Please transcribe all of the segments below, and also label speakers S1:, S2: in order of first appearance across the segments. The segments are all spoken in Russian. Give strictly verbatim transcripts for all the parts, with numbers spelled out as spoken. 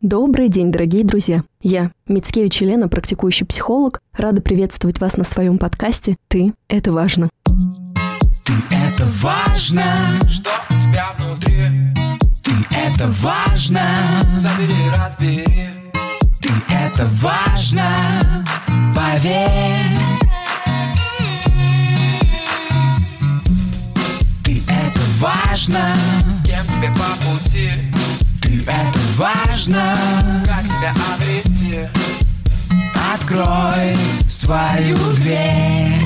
S1: Добрый день, дорогие друзья! Я, Мицкевич Елена, практикующий психолог, рада приветствовать вас на своем подкасте «Ты – это важно».
S2: Ты – это важно, что у тебя внутри. Ты – это важно, забери, разбери. Ты – это важно, поверь. Ты – это важно, с кем тебе по пути. Ты – это важно, как себя обрести. Открой свою дверь.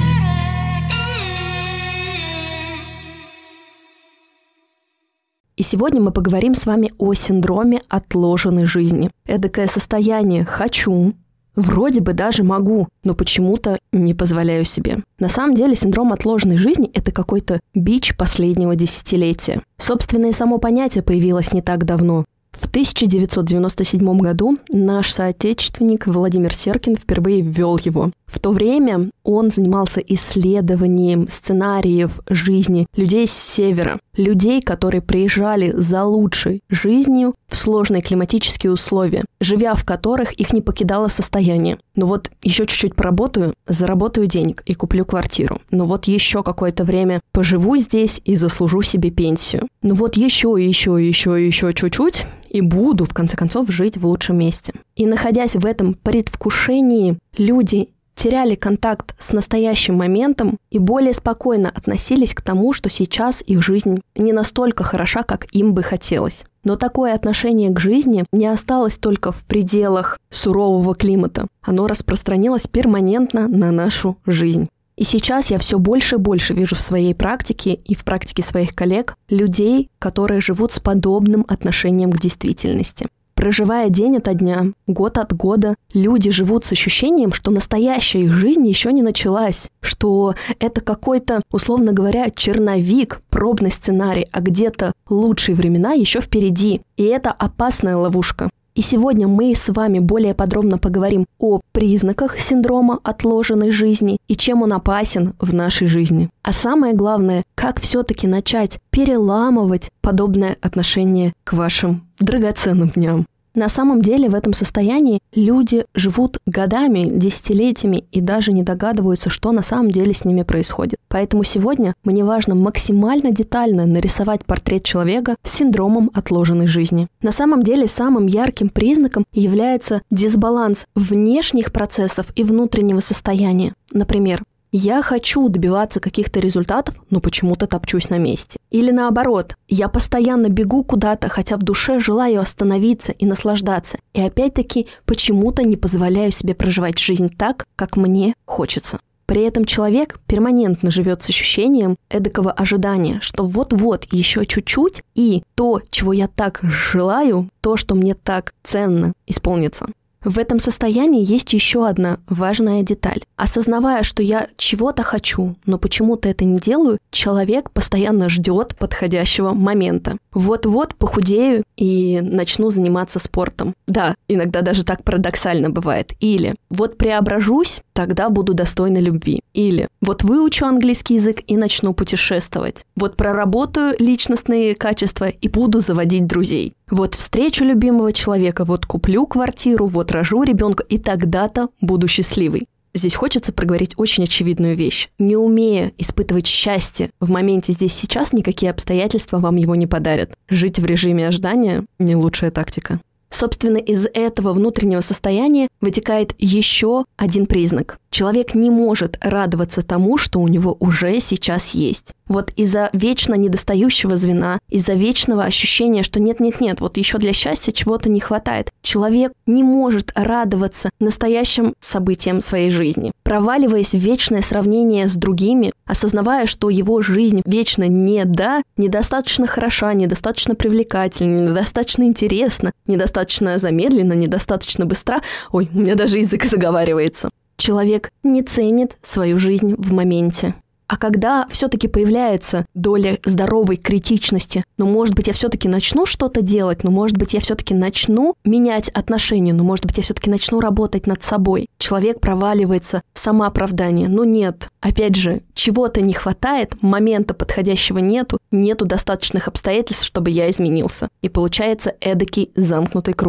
S1: И сегодня мы поговорим с вами о синдроме отложенной жизни. Эдакое состояние «хочу», вроде бы даже могу, но почему-то не позволяю себе. На самом деле синдром отложенной жизни – это какой-то бич последнего десятилетия. Собственно, и само понятие появилось не так давно. В тысяча девятьсот девяносто седьмом году наш соотечественник Владимир Серкин впервые ввел его. В то время он занимался исследованием сценариев жизни людей с севера, людей, которые приезжали за лучшей жизнью в сложные климатические условия, живя в которых их не покидало состояние. Ну вот еще чуть-чуть поработаю, заработаю денег и куплю квартиру. Ну вот еще какое-то время поживу здесь и заслужу себе пенсию. Ну вот еще, еще, еще, еще чуть-чуть и буду, в конце концов, жить в лучшем месте. И находясь в этом предвкушении, люди теряли контакт с настоящим моментом и более спокойно относились к тому, что сейчас их жизнь не настолько хороша, как им бы хотелось. Но такое отношение к жизни не осталось только в пределах сурового климата. Оно распространилось перманентно на нашу жизнь. И сейчас я все больше и больше вижу в своей практике и в практике своих коллег людей, которые живут с подобным отношением к действительности. Проживая день ото дня, год от года, люди живут с ощущением, что настоящая их жизнь еще не началась, что это какой-то, условно говоря, черновик, пробный сценарий, а где-то лучшие времена еще впереди. И это опасная ловушка. И сегодня мы с вами более подробно поговорим о признаках синдрома отложенной жизни и чем он опасен в нашей жизни. А самое главное, как все-таки начать переламывать подобное отношение к вашим драгоценным дням. На самом деле в этом состоянии люди живут годами, десятилетиями и даже не догадываются, что на самом деле с ними происходит. Поэтому сегодня мне важно максимально детально нарисовать портрет человека с синдромом отложенной жизни. На самом деле самым ярким признаком является дисбаланс внешних процессов и внутреннего состояния. Например, я хочу добиваться каких-то результатов, но почему-то топчусь на месте. Или наоборот, я постоянно бегу куда-то, хотя в душе желаю остановиться и наслаждаться. И опять-таки почему-то не позволяю себе проживать жизнь так, как мне хочется. При этом человек перманентно живет с ощущением эдакого ожидания, что вот-вот еще чуть-чуть, и то, чего я так желаю, то, что мне так ценно, исполнится. В этом состоянии есть еще одна важная деталь. Осознавая, что я чего-то хочу, но почему-то это не делаю, человек постоянно ждет подходящего момента. Вот-вот похудею и начну заниматься спортом. Да, иногда даже так парадоксально бывает. Или вот преображусь, тогда буду достойна любви. Или вот выучу английский язык и начну путешествовать. Вот проработаю личностные качества и буду заводить друзей. Вот встречу любимого человека, вот куплю квартиру, вот рожу ребенка, и тогда-то буду счастливой. Здесь хочется проговорить очень очевидную вещь. Не умея испытывать счастье в моменте здесь сейчас, никакие обстоятельства вам его не подарят. Жить в режиме ожидания – не лучшая тактика. Собственно, из этого внутреннего состояния вытекает еще один признак. Человек не может радоваться тому, что у него уже сейчас есть. Вот из-за вечно недостающего звена, из-за вечного ощущения, что нет-нет-нет, вот еще для счастья чего-то не хватает, человек не может радоваться настоящим событиям своей жизни. Проваливаясь в вечное сравнение с другими, осознавая, что его жизнь вечно не да, недостаточно хороша, недостаточно привлекательна, недостаточно интересна, недостаточно замедленно, недостаточно быстро, ой, у меня даже язык заговаривается. Человек не ценит свою жизнь в моменте. А когда все-таки появляется доля здоровой критичности, ну, может быть, я все-таки начну что-то делать, ну, может быть, я все-таки начну менять отношения, ну, может быть, я все-таки начну работать над собой. Человек проваливается в самооправдание. Ну, нет. Опять же, чего-то не хватает, момента подходящего нету, нету достаточных обстоятельств, чтобы я изменился. И получается эдакий замкнутый круг.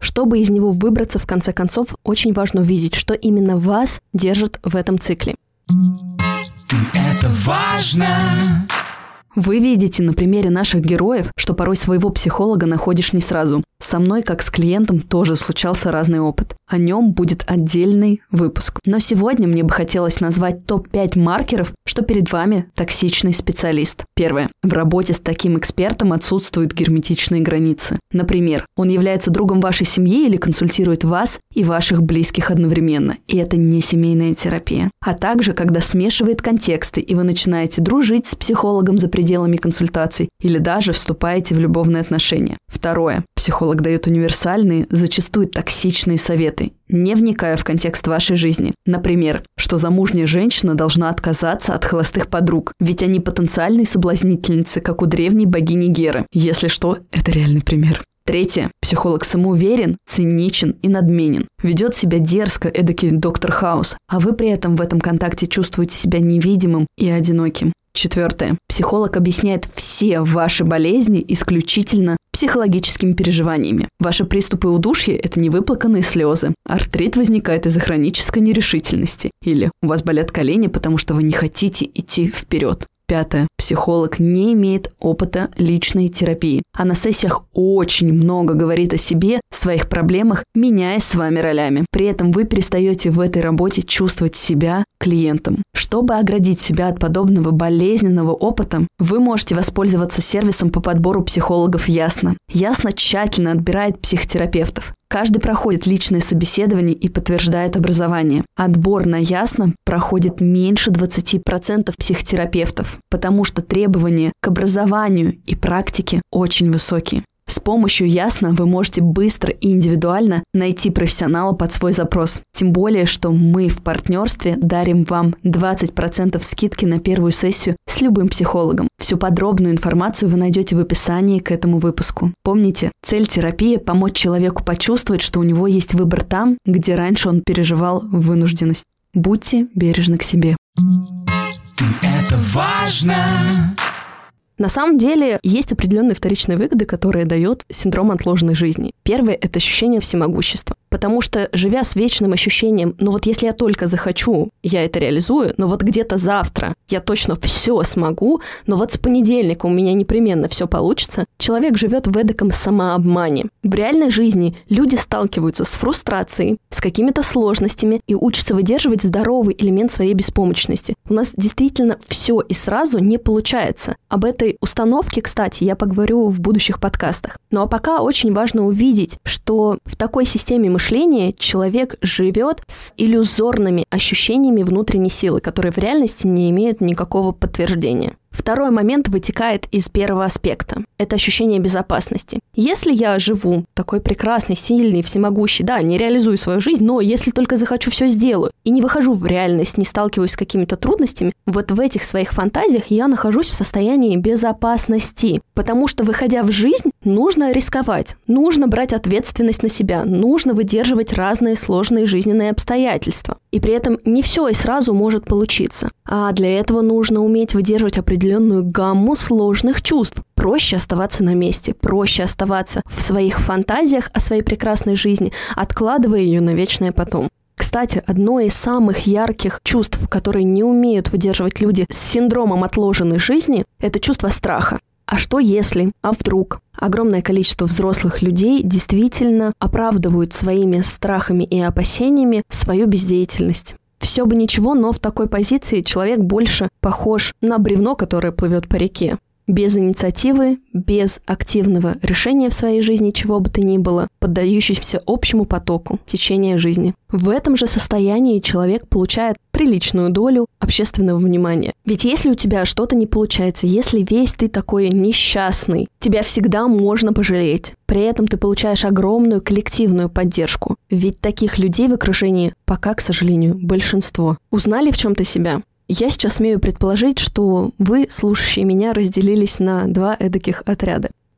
S1: Чтобы из него выбраться, в конце концов, очень важно увидеть, что именно вас держит в этом цикле.
S2: Ты это важно.
S1: Вы видите на примере наших героев, что порой своего психолога находишь не сразу. Со мной, как с клиентом, тоже случался разный опыт. О нем будет отдельный выпуск. Но сегодня мне бы хотелось назвать топ пять маркеров, что перед вами токсичный специалист. Первое. В работе с таким экспертом отсутствуют герметичные границы. Например, он является другом вашей семьи или консультирует вас и ваших близких одновременно. И это не семейная терапия. А также, когда смешивает контексты, и вы начинаете дружить с психологом за пределами консультаций или даже вступаете в любовные отношения. Второе. Психолог дает универсальные, зачастую токсичные советы, не вникая в контекст вашей жизни. Например, что замужняя женщина должна отказаться от холостых подруг, ведь они потенциальные соблазнительницы, как у древней богини Геры. Если что, это реальный пример. Третье. Психолог самоуверен, циничен и надменен. Ведет себя дерзко, эдакий доктор Хаус, а вы при этом в этом контакте чувствуете себя невидимым и одиноким. Четвертое. Психолог объясняет все ваши болезни исключительно психологическими переживаниями. Ваши приступы удушья – это невыплаканные слезы. Артрит возникает из-за хронической нерешительности. Или у вас болят колени, потому что вы не хотите идти вперед. Пятое. Психолог не имеет опыта личной терапии. А на сессиях очень много говорит о себе, своих проблемах, меняясь с вами ролями. При этом вы перестаете в этой работе чувствовать себя клиентом. Чтобы оградить себя от подобного болезненного опыта, вы можете воспользоваться сервисом по подбору психологов «Ясно». «Ясно» тщательно отбирает психотерапевтов. Каждый проходит личное собеседование и подтверждает образование. Отбор на «Ясно» проходит меньше двадцати процентов психотерапевтов, потому что требования к образованию и практике очень высокие. С помощью «Ясно» вы можете быстро и индивидуально найти профессионала под свой запрос. Тем более, что мы в партнерстве дарим вам двадцать процентов скидки на первую сессию с любым психологом. Всю подробную информацию вы найдете в описании к этому выпуску. Помните, цель терапии – помочь человеку почувствовать, что у него есть выбор там, где раньше он переживал вынужденность. Будьте бережны к себе.
S2: Ты это важно.
S1: На самом деле, есть определенные вторичные выгоды, которые дает синдром отложенной жизни. Первое – это ощущение всемогущества. Потому что, живя с вечным ощущением, ну вот если я только захочу, я это реализую, но вот где-то завтра я точно все смогу, но вот с понедельника у меня непременно все получится, человек живет в эдаком самообмане. В реальной жизни люди сталкиваются с фрустрацией, с какими-то сложностями и учатся выдерживать здоровый элемент своей беспомощности. У нас действительно все и сразу не получается. Об этой установке, кстати, я поговорю в будущих подкастах. Ну а пока очень важно увидеть, что в такой системе мышления человек живет с иллюзорными ощущениями внутренней силы, которые в реальности не имеют никакого подтверждения. Второй момент вытекает из первого аспекта. Это ощущение безопасности. Если я живу такой прекрасный, сильный, всемогущий, да, не реализую свою жизнь, но если только захочу, все сделаю, и не выхожу в реальность, не сталкиваюсь с какими-то трудностями, вот в этих своих фантазиях я нахожусь в состоянии безопасности. Потому что, выходя в жизнь, нужно рисковать, нужно брать ответственность на себя, нужно выдерживать разные сложные жизненные обстоятельства. И при этом не все и сразу может получиться. А для этого нужно уметь выдерживать определенную гамму сложных чувств. Проще оставаться на месте, проще оставаться в своих фантазиях о своей прекрасной жизни, откладывая ее на вечное потом. Кстати, одно из самых ярких чувств, которые не умеют выдерживать люди с синдромом отложенной жизни, это чувство страха. А что если, а вдруг? Огромное количество взрослых людей действительно оправдывают своими страхами и опасениями свою бездеятельность. Все бы ничего, но в такой позиции человек больше похож на бревно, которое плывет по реке. Без инициативы, без активного решения в своей жизни чего бы то ни было, поддающимся общему потоку течения жизни. В этом же состоянии человек получает приличную долю общественного внимания. Ведь если у тебя что-то не получается, если весь ты такой несчастный, тебя всегда можно пожалеть. При этом ты получаешь огромную коллективную поддержку. Ведь таких людей в окружении пока, к сожалению, большинство. Узнали в чем-то себя? Я сейчас смею предположить, что вы, слушающие меня, разделились на два эдаких отряда.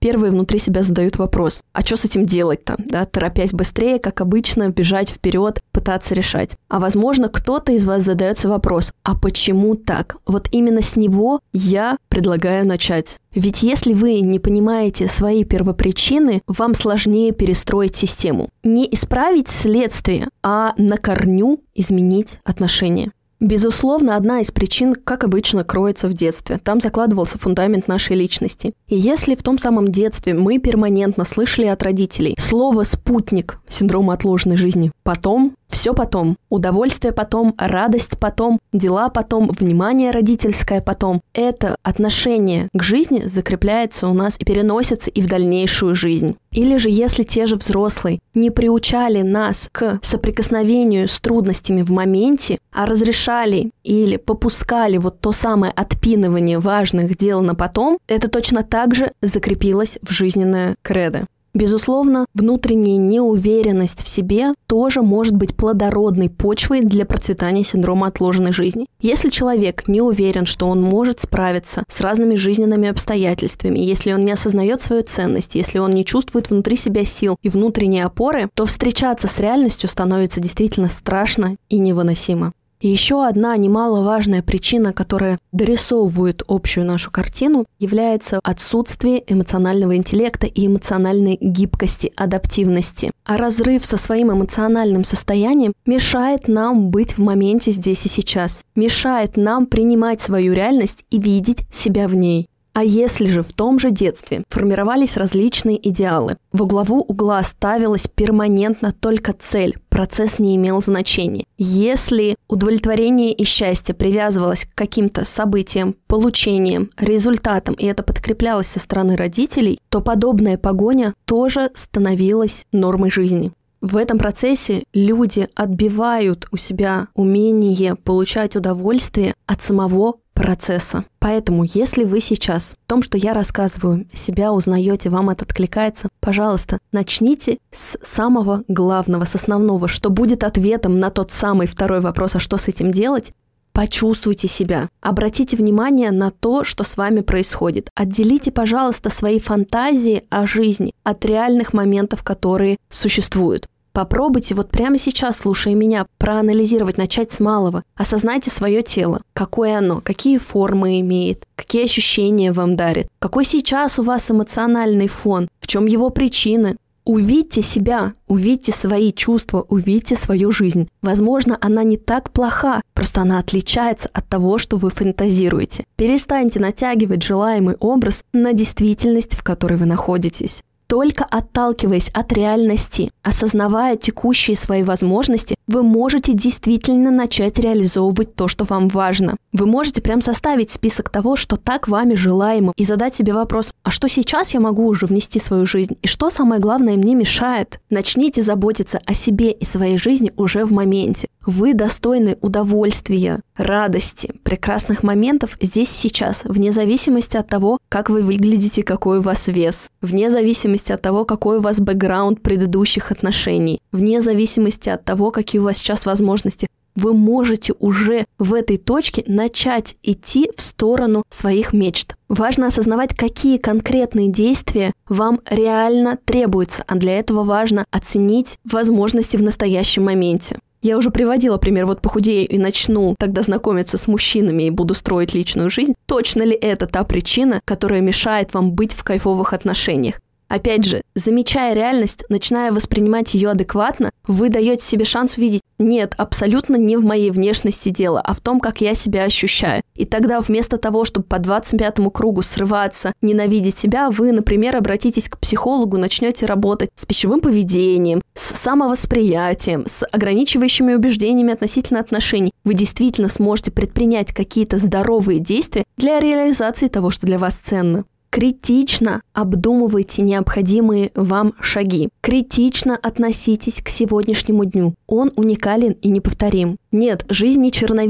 S1: первые внутри себя задают вопрос: а что с этим делать-то? Да, торопясь быстрее, как обычно, бежать вперед, пытаться решать. А возможно, кто-то из вас задается вопрос: а почему так? Вот именно с него я предлагаю начать. Ведь если вы не понимаете свои первопричины, вам сложнее перестроить систему. Не исправить следствие, а на корню изменить отношения. Безусловно, одна из причин, как обычно, кроется в детстве. Там закладывался фундамент нашей личности. И если в том самом детстве мы перманентно слышали от родителей слово «спутник» синдрома отложенной жизни, потом, все потом, удовольствие потом, радость потом, дела потом, внимание родительское потом, это отношение к жизни закрепляется у нас и переносится и в дальнейшую жизнь. Или же если те же взрослые не приучали нас к соприкосновению с трудностями в моменте, а разрешали или попускали вот то самое отпинывание важных дел на потом, это точно так же закрепилось в жизненное кредо. Безусловно, внутренняя неуверенность в себе тоже может быть плодородной почвой для процветания синдрома отложенной жизни. Если человек не уверен, что он может справиться с разными жизненными обстоятельствами, если он не осознает свою ценность, если он не чувствует внутри себя сил и внутренней опоры, то встречаться с реальностью становится действительно страшно и невыносимо. И еще одна немаловажная причина, которая дорисовывает общую нашу картину, является отсутствие эмоционального интеллекта и эмоциональной гибкости, адаптивности. А разрыв со своим эмоциональным состоянием мешает нам быть в моменте здесь и сейчас, мешает нам принимать свою реальность и видеть себя в ней. А если же в том же детстве формировались различные идеалы, во главу угла ставилась перманентно только цель, процесс не имел значения. Если удовлетворение и счастье привязывалось к каким-то событиям, получениям, результатам, и это подкреплялось со стороны родителей, то подобная погоня тоже становилась нормой жизни. В этом процессе люди отбивают у себя умение получать удовольствие от самого процесса. Поэтому, если вы сейчас в том, что я рассказываю, себя узнаете, вам это откликается, пожалуйста, начните с самого главного, с основного, что будет ответом на тот самый второй вопрос: а что с этим делать? Почувствуйте себя. Обратите внимание на то, что с вами происходит. Отделите, пожалуйста, свои фантазии о жизни от реальных моментов, которые существуют. Попробуйте вот прямо сейчас, слушая меня, проанализировать, начать с малого. Осознайте свое тело. Какое оно, какие формы имеет, какие ощущения вам дарит, какой сейчас у вас эмоциональный фон, в чем его причины. Увидьте себя, увидьте свои чувства, увидьте свою жизнь. Возможно, она не так плоха, просто она отличается от того, что вы фантазируете. Перестаньте натягивать желаемый образ на действительность, в которой вы находитесь. Только отталкиваясь от реальности, осознавая текущие свои возможности, вы можете действительно начать реализовывать то, что вам важно. Вы можете прям составить список того, что так вами желаемо, и задать себе вопрос: а что сейчас я могу уже внести в свою жизнь? И что, самое главное, мне мешает? Начните заботиться о себе и своей жизни уже в моменте. Вы достойны удовольствия, радости, прекрасных моментов здесь и сейчас, вне зависимости от того, как вы выглядите, какой у вас вес, вне зависимости от того, какой у вас бэкграунд предыдущих отношений, вне зависимости от того, какие у вас сейчас возможности. Вы можете уже в этой точке начать идти в сторону своих мечт. Важно осознавать, какие конкретные действия вам реально требуются, а для этого важно оценить возможности в настоящем моменте. Я уже приводила пример, вот похудею и начну тогда знакомиться с мужчинами и буду строить личную жизнь. Точно ли это та причина, которая мешает вам быть в кайфовых отношениях? Опять же, замечая реальность, начиная воспринимать ее адекватно, вы даете себе шанс увидеть: нет, абсолютно не в моей внешности дело, а в том, как я себя ощущаю. И тогда вместо того, чтобы по двадцать пятому кругу срываться, ненавидеть себя, вы, например, обратитесь к психологу, начнете работать с пищевым поведением, с самовосприятием, с ограничивающими убеждениями относительно отношений. Вы действительно сможете предпринять какие-то здоровые действия для реализации того, что для вас ценно. Критично обдумывайте необходимые вам шаги. Критично относитесь к сегодняшнему дню. Он уникален и неповторим. Нет, жизнь не черновик.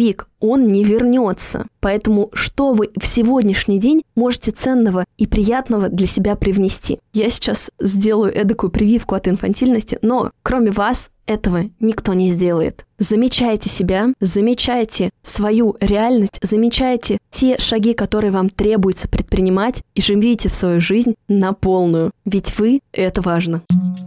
S1: он не вернется. Поэтому что вы в сегодняшний день можете ценного и приятного для себя привнести? Я сейчас сделаю эдакую прививку от инфантильности, но кроме вас этого никто не сделает. Замечайте себя, замечайте свою реальность, замечайте те шаги, которые вам требуется предпринимать, и живите в свою жизнь на полную. Ведь вы — это важно.